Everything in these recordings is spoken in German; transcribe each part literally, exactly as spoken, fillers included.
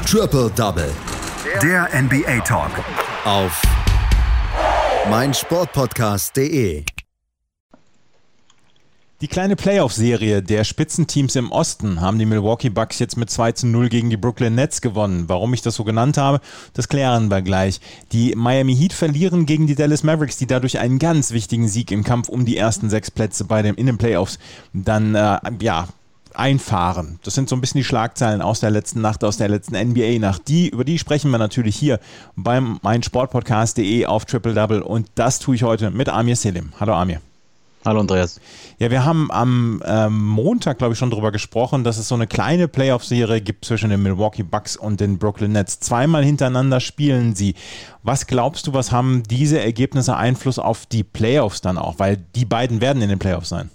Triple Double. Der N B A Talk. Auf meinsportpodcast punkt de. Die kleine Playoff-Serie der Spitzenteams im Osten haben die Milwaukee Bucks jetzt mit zwei zu null gegen die Brooklyn Nets gewonnen. Warum ich das so genannt habe, das klären wir gleich. Die Miami Heat verlieren gegen die Dallas Mavericks, die dadurch einen ganz wichtigen Sieg im Kampf um die ersten sechs Plätze bei dem, in den Playoffs dann äh, ja, einfahren. Das sind so ein bisschen die Schlagzeilen aus der letzten Nacht, aus der letzten N B A-Nacht. Die, über die sprechen wir natürlich hier beim meinsportpodcast punkt de auf Triple Double und das tue ich heute mit Amir Selim. Hallo Amir. Hallo Andreas. Ja, wir haben am ähm, Montag, glaube ich, schon darüber gesprochen, dass es so eine kleine Playoff-Serie gibt zwischen den Milwaukee Bucks und den Brooklyn Nets. Zweimal hintereinander spielen sie. Was glaubst du, was haben diese Ergebnisse Einfluss auf die Playoffs dann auch? Weil die beiden werden in den Playoffs sein.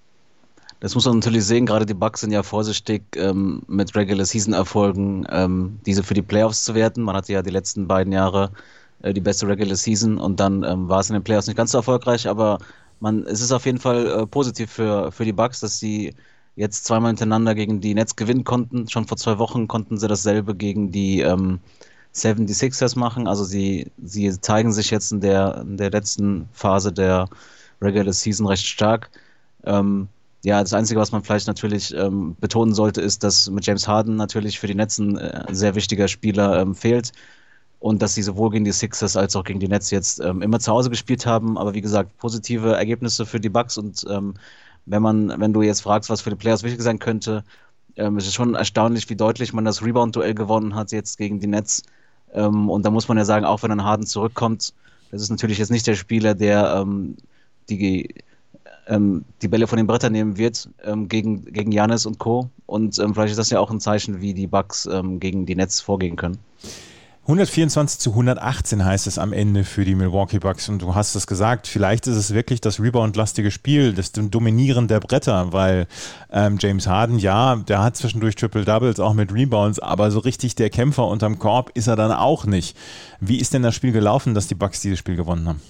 Das muss man natürlich sehen, gerade die Bucks sind ja vorsichtig ähm, mit Regular-Season-Erfolgen, ähm, diese für die Playoffs zu werten. Man hatte ja die letzten beiden Jahre äh, die beste Regular-Season und dann ähm, war es in den Playoffs nicht ganz so erfolgreich, aber Man, es ist auf jeden Fall äh, positiv für, für die Bucks, dass sie jetzt zweimal hintereinander gegen die Nets gewinnen konnten. Schon vor zwei Wochen konnten sie dasselbe gegen die ähm, seventy-sixers machen. Also sie, sie zeigen sich jetzt in der, in der letzten Phase der Regular Season recht stark. Ähm, ja, das Einzige, was man vielleicht natürlich ähm, betonen sollte, ist, dass mit James Harden natürlich für die Nets ein äh, sehr wichtiger Spieler ähm, fehlt. Und dass sie sowohl gegen die Sixers als auch gegen die Nets jetzt ähm, immer zu Hause gespielt haben. Aber wie gesagt, positive Ergebnisse für die Bucks. Und ähm, wenn man, wenn du jetzt fragst, was für die Playoffs wichtig sein könnte, ähm, es ist schon erstaunlich, wie deutlich man das Rebound-Duell gewonnen hat jetzt gegen die Nets. Ähm, und da muss man ja sagen, auch wenn ein Harden zurückkommt, das ist natürlich jetzt nicht der Spieler, der ähm, die, ähm, die Bälle von den Brettern nehmen wird ähm, gegen, gegen Giannis und Co. Und ähm, vielleicht ist das ja auch ein Zeichen, wie die Bucks ähm, gegen die Nets vorgehen können. hundertvierundzwanzig zu hundertachtzehn heißt es am Ende für die Milwaukee Bucks und du hast es gesagt, vielleicht ist es wirklich das Rebound-lastige Spiel, das Dominieren der Bretter, weil ähm, James Harden, ja, der hat zwischendurch Triple-Doubles, auch mit Rebounds, aber so richtig der Kämpfer unterm Korb ist er dann auch nicht. Wie ist denn das Spiel gelaufen, dass die Bucks dieses Spiel gewonnen haben?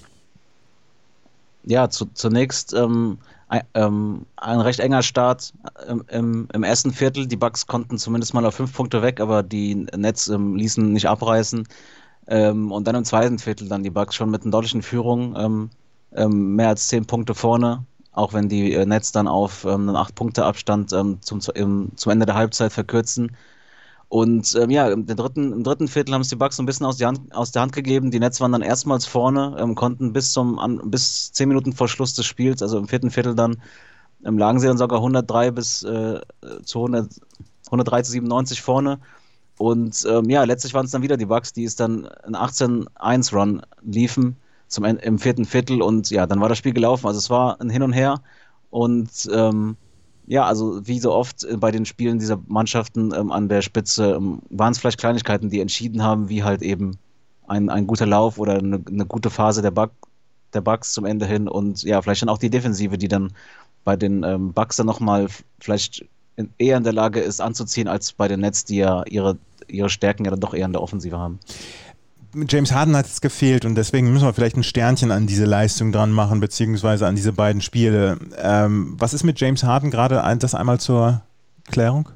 Ja, zu, zunächst ähm, ein, ähm, ein recht enger Start ähm, im, im ersten Viertel. Die Bucks konnten zumindest mal auf fünf Punkte weg, aber die Nets ähm, ließen nicht abreißen. Ähm, und dann im zweiten Viertel dann die Bucks schon mit einer deutlichen Führung, ähm, ähm, mehr als zehn Punkte vorne, auch wenn die äh, Nets dann auf ähm, einen acht Punkte Abstand ähm, zum, im, zum Ende der Halbzeit verkürzen. Und ähm, ja, im dritten, im dritten Viertel haben es die Bucks ein bisschen aus, die Hand, aus der Hand gegeben. Die Nets waren dann erstmals vorne, ähm, konnten bis zum an, bis zehn Minuten vor Schluss des Spiels, also im vierten Viertel dann, ähm, lagen sie dann sogar hundertdrei bis äh, zu hundert, hundertdrei zu siebenundneunzig vorne. Und ähm, ja, letztlich waren es dann wieder die Bucks, die es dann in achtzehn eins Run liefen zum, im vierten Viertel. Und ja, dann war das Spiel gelaufen. Also es war ein Hin und Her. Und ähm, ja, also wie so oft bei den Spielen dieser Mannschaften ähm, an der Spitze ähm, waren es vielleicht Kleinigkeiten, die entschieden haben, wie halt eben ein, ein guter Lauf oder eine, eine gute Phase der, Buck, der Bucks zum Ende hin und ja, vielleicht dann auch die Defensive, die dann bei den ähm, Bucks dann nochmal vielleicht in, eher in der Lage ist anzuziehen, als bei den Nets, die ja ihre, ihre Stärken ja dann doch eher in der Offensive haben. James Harden hat es gefehlt und deswegen müssen wir vielleicht ein Sternchen an diese Leistung dran machen, beziehungsweise an diese beiden Spiele. Ähm, was ist mit James Harden gerade, das einmal zur Klärung?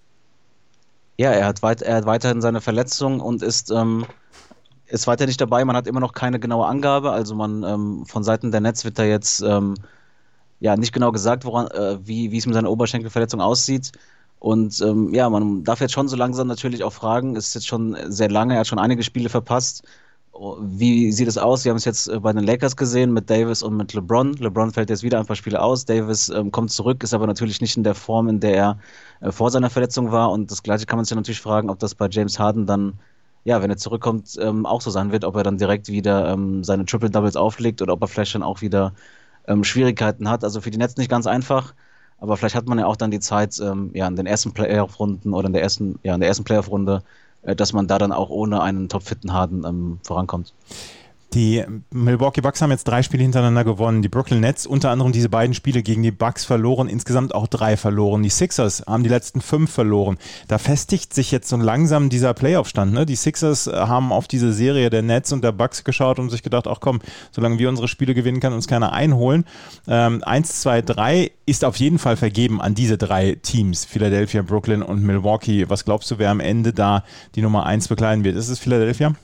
Ja, er hat, weit, er hat weiterhin seine Verletzung und ist, ähm, ist weiter nicht dabei. Man hat immer noch keine genaue Angabe, also man ähm, von Seiten der Nets wird da jetzt ähm, ja, nicht genau gesagt, woran, äh, wie, wie es mit seiner Oberschenkelverletzung aussieht. Und ähm, ja, man darf jetzt schon so langsam natürlich auch fragen, es ist jetzt schon sehr lange, er hat schon einige Spiele verpasst. Wie sieht es aus? Wir haben es jetzt bei den Lakers gesehen mit Davis und mit LeBron. LeBron fällt jetzt wieder ein paar Spiele aus. Davis ähm, kommt zurück, ist aber natürlich nicht in der Form, in der er äh, vor seiner Verletzung war. Und das Gleiche kann man sich ja natürlich fragen, ob das bei James Harden dann, ja, wenn er zurückkommt, ähm, auch so sein wird, ob er dann direkt wieder ähm, seine Triple-Doubles auflegt oder ob er vielleicht dann auch wieder ähm, Schwierigkeiten hat. Also für die Nets nicht ganz einfach. Aber vielleicht hat man ja auch dann die Zeit, ähm, ja, in den ersten Playoff-Runden oder in der ersten, ja, in der ersten Playoff-Runde, äh, dass man da dann auch ohne einen topfitten Harden ähm, vorankommt. Die Milwaukee Bucks haben jetzt drei Spiele hintereinander gewonnen. Die Brooklyn Nets unter anderem diese beiden Spiele gegen die Bucks verloren, insgesamt auch drei verloren. Die Sixers haben die letzten fünf verloren. Da festigt sich jetzt so langsam dieser Playoff-Stand. Ne? Die Sixers haben auf diese Serie der Nets und der Bucks geschaut und sich gedacht, ach komm, solange wir unsere Spiele gewinnen, kann uns keiner einholen. Ähm, eins, zwei, drei ist auf jeden Fall vergeben an diese drei Teams, Philadelphia, Brooklyn und Milwaukee. Was glaubst du, wer am Ende da die Nummer eins bekleiden wird? Ist es Philadelphia?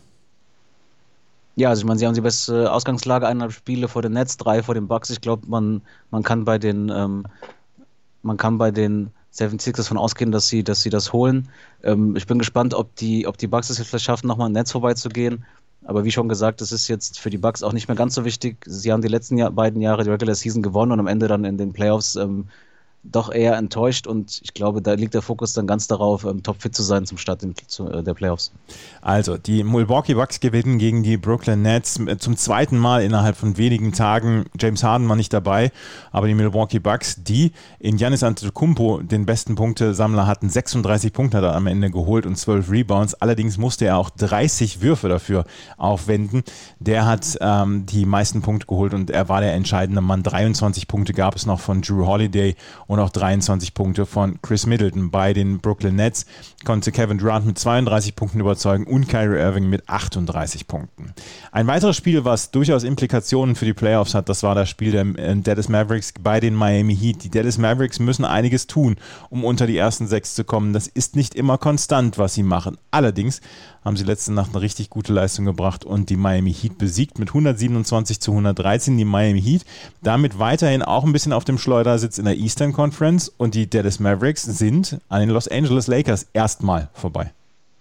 Ja, also ich meine, sie haben die beste Ausgangslage, eineinhalb Spiele vor den Nets, drei vor den Bucks. Ich glaube, man, man kann bei den ähm, man kann bei den seventy-sixers davon ausgehen, dass sie, dass sie das holen. Ähm, ich bin gespannt, ob die, ob die Bucks es jetzt vielleicht schaffen, nochmal an Nets vorbeizugehen. Aber wie schon gesagt, das ist jetzt für die Bucks auch nicht mehr ganz so wichtig. Sie haben die letzten Jahr, beiden Jahre die Regular Season gewonnen und am Ende dann in den Playoffs ähm, doch eher enttäuscht, und ich glaube, da liegt der Fokus dann ganz darauf, ähm, topfit zu sein zum Start in, zu, äh, der Playoffs. Also, die Milwaukee Bucks gewinnen gegen die Brooklyn Nets zum zweiten Mal innerhalb von wenigen Tagen. James Harden war nicht dabei, aber die Milwaukee Bucks, die in Giannis Antetokounmpo den besten Punktesammler hatten, sechsunddreißig Punkte hat er am Ende geholt und zwölf Rebounds. Allerdings musste er auch dreißig Würfe dafür aufwenden. Der hat ähm, die meisten Punkte geholt und er war der entscheidende Mann. dreiundzwanzig Punkte gab es noch von Drew Holiday und auch dreiundzwanzig Punkte von Chris Middleton. Bei den Brooklyn Nets konnte Kevin Durant mit zweiunddreißig Punkten überzeugen und Kyrie Irving mit achtunddreißig Punkten. Ein weiteres Spiel, was durchaus Implikationen für die Playoffs hat, das war das Spiel der Dallas Mavericks bei den Miami Heat. Die Dallas Mavericks müssen einiges tun, um unter die ersten sechs zu kommen. Das ist nicht immer konstant, was sie machen. Allerdings haben sie letzte Nacht eine richtig gute Leistung gebracht und die Miami Heat besiegt mit hundertsiebenundzwanzig zu hundertdreizehn. Die Miami Heat damit weiterhin auch ein bisschen auf dem Schleudersitz in der Eastern Conference, und die Dallas Mavericks sind an den Los Angeles Lakers erstmal vorbei.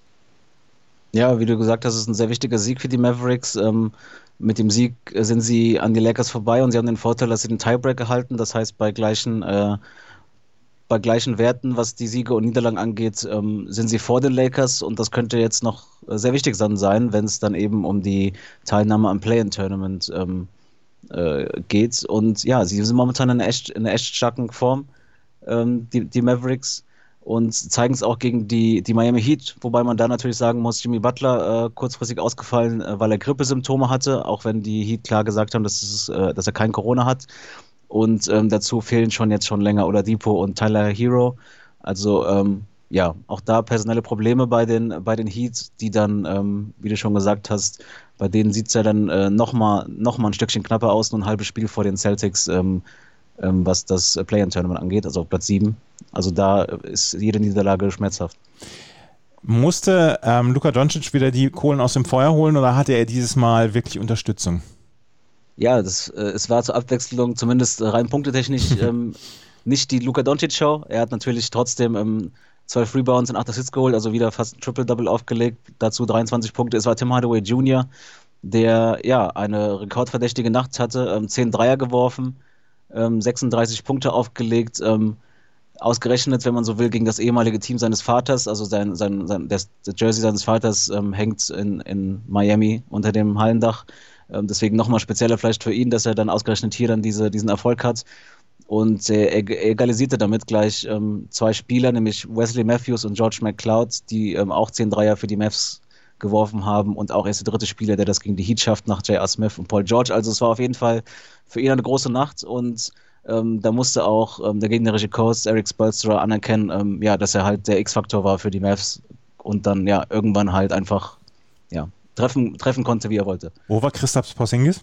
Ja, wie du gesagt hast, ist ein sehr wichtiger Sieg für die Mavericks. Ähm, mit dem Sieg sind sie an die Lakers vorbei und sie haben den Vorteil, dass sie den Tiebreak erhalten. Das heißt, bei gleichen äh, bei gleichen Werten, was die Siege und Niederlagen angeht, ähm, sind sie vor den Lakers, und das könnte jetzt noch sehr wichtig dann sein, wenn es dann eben um die Teilnahme am Play-in-Tournament ähm, äh, geht. Und ja, sie sind momentan in einer echt, in einer echt starken Form, ähm, die, die Mavericks, und zeigen es auch gegen die, die Miami Heat, wobei man da natürlich sagen muss, Jimmy Butler äh, kurzfristig ausgefallen, äh, weil er Grippesymptome hatte, auch wenn die Heat klar gesagt haben, dass, es, äh, dass er kein Corona hat. Und ähm, dazu fehlen schon jetzt schon länger Oladipo und Tyler Hero. Also ähm, ja, auch da personelle Probleme bei den, bei den Heat, die dann, ähm, wie du schon gesagt hast, bei denen sieht es ja dann äh, nochmal noch mal ein Stückchen knapper aus, nur ein halbes Spiel vor den Celtics, ähm, ähm, was das Play-in-Tournament angeht, also auf Platz sieben. Also da ist jede Niederlage schmerzhaft. Musste ähm, Luka Doncic wieder die Kohlen aus dem Feuer holen, oder hatte er dieses Mal wirklich Unterstützung? Ja, das, äh, es war zur Abwechslung, zumindest rein punktetechnisch, ähm, nicht die Luka Doncic-Show. Er hat natürlich trotzdem ähm, zwölf Rebounds und acht Assists geholt, also wieder fast ein Triple-Double aufgelegt, dazu dreiundzwanzig Punkte. Es war Tim Hardaway Junior, der ja eine rekordverdächtige Nacht hatte, ähm, zehn Dreier geworfen, ähm, sechsunddreißig Punkte aufgelegt, ähm, ausgerechnet, wenn man so will, gegen das ehemalige Team seines Vaters, also sein, sein, sein, das Jersey seines Vaters ähm, hängt in, in Miami unter dem Hallendach. Deswegen nochmal spezieller vielleicht für ihn, dass er dann ausgerechnet hier dann diese, diesen Erfolg hat. Und er egalisierte damit gleich ähm, zwei Spieler, nämlich Wesley Matthews und George McCloud, die ähm, auch zehn Dreier für die Mavs geworfen haben, und auch erst der dritte Spieler, der das gegen die Heat schafft, nach J R. Smith und Paul George. Also es war auf jeden Fall für ihn eine große Nacht, und ähm, da musste auch ähm, der gegnerische Coach Eric Spoelstra anerkennen, ähm, ja, dass er halt der X-Faktor war für die Mavs und dann ja irgendwann halt einfach ja treffen, treffen konnte, wie er wollte. Wo war Kristaps Porzingis?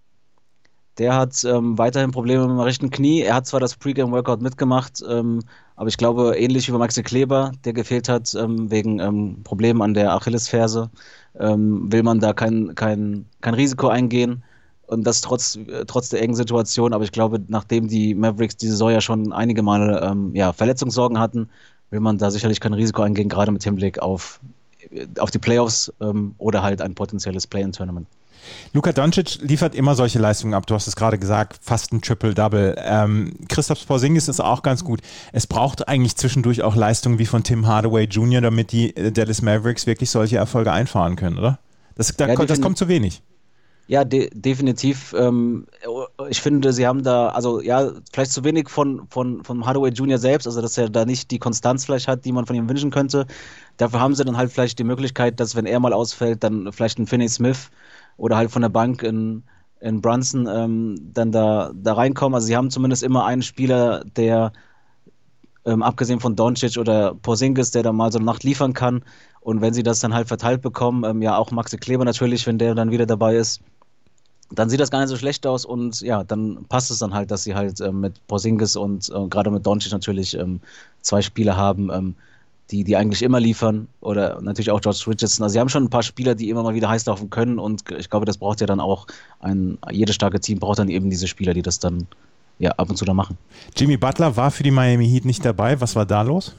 Der hat ähm, weiterhin Probleme mit dem rechten Knie. Er hat zwar das Pre-Game-Workout mitgemacht, ähm, aber ich glaube, ähnlich wie bei Maxi Kleber, der gefehlt hat ähm, wegen ähm, Problemen an der Achillesferse, ähm, will man da kein, kein, kein Risiko eingehen. Und das trotz, äh, trotz der engen Situation. Aber ich glaube, nachdem die Mavericks diese Saison ja schon einige Male ähm, ja, Verletzungssorgen hatten, will man da sicherlich kein Risiko eingehen, gerade mit Hinblick auf auf die Playoffs ähm, oder halt ein potenzielles Play-in-Tournament. Luka Doncic liefert immer solche Leistungen ab. Du hast es gerade gesagt, fast ein Triple-Double. Ähm, Kristaps Porzingis ist auch ganz gut. Es braucht eigentlich zwischendurch auch Leistungen wie von Tim Hardaway Junior, damit die äh, Dallas Mavericks wirklich solche Erfolge einfahren können, oder? Das, da, ja, das kommt zu wenig. Ja, de- definitiv. Ähm, ich finde, sie haben da, also ja, vielleicht zu wenig von, von, von Hardaway Junior selbst, also dass er da nicht die Konstanz vielleicht hat, die man von ihm wünschen könnte. Dafür haben sie dann halt vielleicht die Möglichkeit, dass wenn er mal ausfällt, dann vielleicht ein Finney Smith oder halt von der Bank in, in Brunson ähm, dann da, da reinkommen. Also sie haben zumindest immer einen Spieler, der ähm, abgesehen von Doncic oder Porzingis, der da mal so eine Nacht liefern kann. Und wenn sie das dann halt verteilt bekommen, ähm, ja auch Maxi Kleber natürlich, wenn der dann wieder dabei ist, dann sieht das gar nicht so schlecht aus und ja, dann passt es dann halt, dass sie halt ähm, mit Porzingis und äh, gerade mit Doncic natürlich ähm, zwei Spieler haben, ähm, die, die eigentlich immer liefern oder natürlich auch George Richardson. Also sie haben schon ein paar Spieler, die immer mal wieder heiß laufen können und ich glaube, das braucht ja dann auch ein, jedes starke Team braucht dann eben diese Spieler, die das dann ja ab und zu da machen. Jimmy Butler war für die Miami Heat nicht dabei. Was war da los?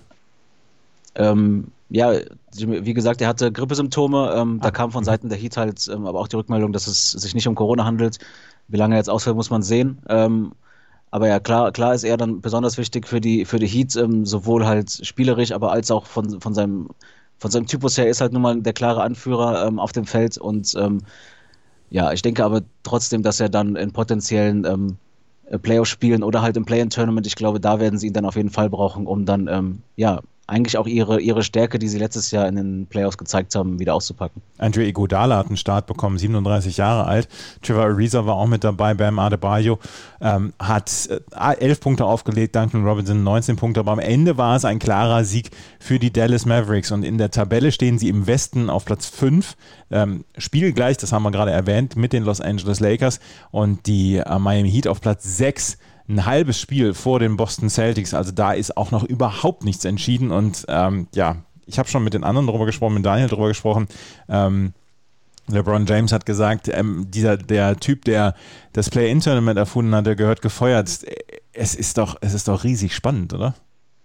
Ähm, ja, wie gesagt, er hatte Grippesymptome. Ähm, Ah. Da kam von Seiten der Heat halt ähm, aber auch die Rückmeldung, dass es sich nicht um Corona handelt. Wie lange er jetzt ausfällt, muss man sehen. Ähm, aber ja, klar, klar ist er dann besonders wichtig für die, für die Heat, ähm, sowohl halt spielerisch, aber als auch von, von, seinem, von seinem Typus her ist halt nun mal der klare Anführer ähm, auf dem Feld. Und ähm, ja, ich denke aber trotzdem, dass er dann in potenziellen ähm, Playoff-Spielen oder halt im Play-in-Tournament, ich glaube, da werden sie ihn dann auf jeden Fall brauchen, um dann ähm, ja eigentlich auch ihre, ihre Stärke, die sie letztes Jahr in den Playoffs gezeigt haben, wieder auszupacken. Andre Iguodala hat einen Start bekommen, siebenunddreißig Jahre alt. Trevor Ariza war auch mit dabei. Bam Adebayo ähm, hat äh, elf Punkte aufgelegt, Duncan Robinson neunzehn Punkte. Aber am Ende war es ein klarer Sieg für die Dallas Mavericks. Und in der Tabelle stehen sie im Westen auf Platz fünf. Ähm, spielgleich, das haben wir gerade erwähnt, mit den Los Angeles Lakers. Und die äh, Miami Heat auf Platz sechs. Ein halbes Spiel vor den Boston Celtics, also da ist auch noch überhaupt nichts entschieden und ähm, ja, ich habe schon mit den anderen drüber gesprochen, mit Daniel drüber gesprochen. Ähm, LeBron James hat gesagt, ähm, dieser der Typ, der das Play-In-Tournament erfunden hat, der gehört gefeuert. Es ist doch, es ist doch riesig spannend, oder?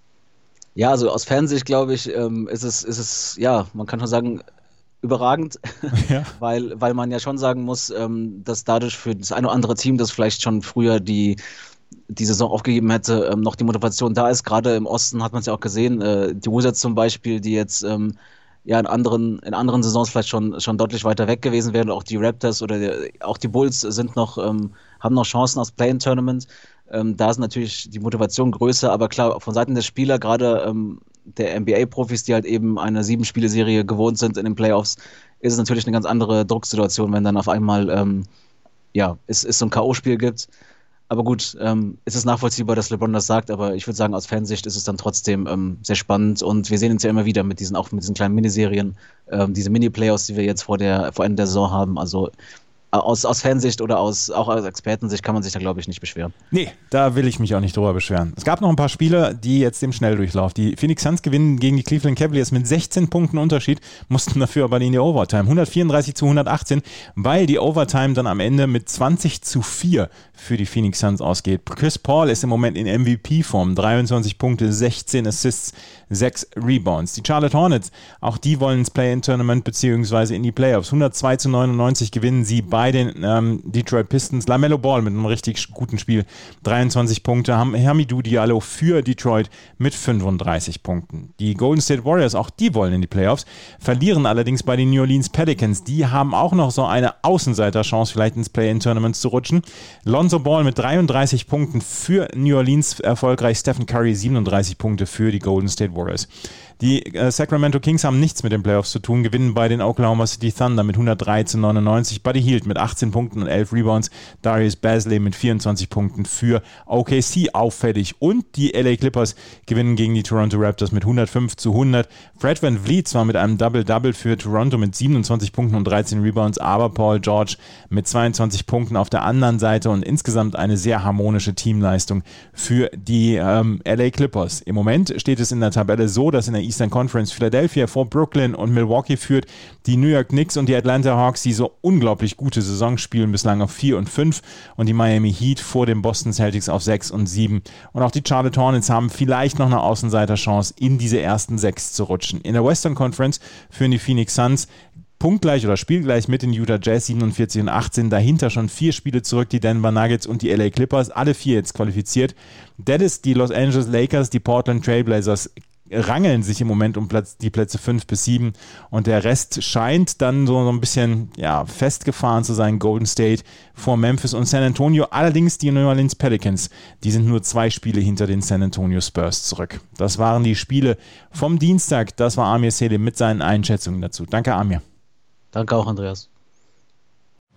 Ja, also aus Fansicht glaube ich, ähm, ist es, ist es, ja, man kann schon sagen, überragend, Ja. weil, weil man ja schon sagen muss, ähm, dass dadurch für das eine oder andere Team, das vielleicht schon früher die die Saison aufgegeben hätte, ähm, noch die Motivation da ist. Gerade im Osten hat man es ja auch gesehen. Äh, die Wizards zum Beispiel, die jetzt ähm, ja in anderen, in anderen Saisons vielleicht schon, schon deutlich weiter weg gewesen wären. Auch die Raptors oder die, auch die Bulls sind noch, ähm, haben noch Chancen aus Play-in-Tournament. Ähm, da ist natürlich die Motivation größer, aber klar, von Seiten der Spieler, gerade ähm, der N B A-Profis, die halt eben eine Sieben-Spiele-Serie gewohnt sind in den Playoffs, ist es natürlich eine ganz andere Drucksituation, wenn dann auf einmal ähm, ja, es, es so ein K O-Spiel gibt. Aber gut, ähm, es ist nachvollziehbar, dass LeBron das sagt, aber ich würde sagen, aus Fansicht ist es dann trotzdem ähm, sehr spannend und wir sehen uns ja immer wieder mit diesen, auch mit diesen kleinen Miniserien, ähm, diese Mini-Playoffs, die wir jetzt vor der, vor Ende der Saison haben. Also aus, aus Fansicht oder aus, auch aus Expertensicht kann man sich da, glaube ich, nicht beschweren. Nee, da will ich mich auch nicht drüber beschweren. Es gab noch ein paar Spiele, die jetzt im Schnelldurchlauf. Die Phoenix Suns gewinnen gegen die Cleveland Cavaliers mit sechzehn Punkten Unterschied, mussten dafür aber in die Overtime. hundertvierunddreißig zu hundertachtzehn, weil die Overtime dann am Ende mit zwanzig zu vier für die Phoenix Suns ausgeht. Chris Paul ist im Moment in M V P-Form. dreiundzwanzig Punkte, sechzehn Assists, sechs Rebounds. Die Charlotte Hornets, auch die wollen ins Play-in-Tournament beziehungsweise in die Playoffs. hundertzwei zu neunundneunzig gewinnen sie bei den ähm, Detroit Pistons. LaMelo Ball mit einem richtig guten Spiel. dreiundzwanzig Punkte. Hamidou Diallo für Detroit mit fünfunddreißig Punkten. Die Golden State Warriors, auch die wollen in die Playoffs, verlieren allerdings bei den New Orleans Pelicans. Die haben auch noch so eine Außenseiterchance, vielleicht ins Play-in-Tournament zu rutschen. Lonzo Ball mit dreiunddreißig Punkten für New Orleans erfolgreich. Stephen Curry siebenunddreißig Punkte für die Golden State Warriors. Die äh, Sacramento Kings haben nichts mit den Playoffs zu tun, gewinnen bei den Oklahoma City Thunder mit hundertdrei zu neunundneunzig. Buddy Hield mit achtzehn Punkten und elf Rebounds. Darius Bazley mit vierundzwanzig Punkten für O K C auffällig. Und die L A Clippers gewinnen gegen die Toronto Raptors mit hundertfünf zu hundert. Fred VanVleet zwar mit einem Double-Double für Toronto mit siebenundzwanzig Punkten und dreizehn Rebounds, aber Paul George mit zweiundzwanzig Punkten auf der anderen Seite und insgesamt eine sehr harmonische Teamleistung für die ähm, L A Clippers. Im Moment steht es in der Tabelle so, dass in der Eastern Conference Philadelphia vor Brooklyn und Milwaukee führt. Die New York Knicks und die Atlanta Hawks, die so unglaublich gute Saison spielen, bislang auf vier und fünf und die Miami Heat vor den Boston Celtics auf sechs und sieben. Und auch die Charlotte Hornets haben vielleicht noch eine Außenseiterchance, in diese ersten sechs zu rutschen. In der Western Conference führen die Phoenix Suns punktgleich oder spielgleich mit den Utah Jazz siebenundvierzig und achtzehn. Dahinter schon vier Spiele zurück, die Denver Nuggets und die L A Clippers, alle vier jetzt qualifiziert. Dallas, die Los Angeles Lakers, die Portland Trail Blazers rangeln sich im Moment um Platz, die Plätze fünf bis sieben und der Rest scheint dann so, so ein bisschen ja, festgefahren zu sein. Golden State vor Memphis und San Antonio. Allerdings die New Orleans Pelicans, die sind nur zwei Spiele hinter den San Antonio Spurs zurück. Das waren die Spiele vom Dienstag. Das war Amir Selim mit seinen Einschätzungen dazu. Danke, Amir. Danke auch, Andreas.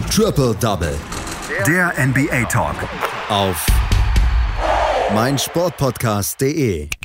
Triple Double. Der N B A Talk. Auf meinsportpodcast punkt de.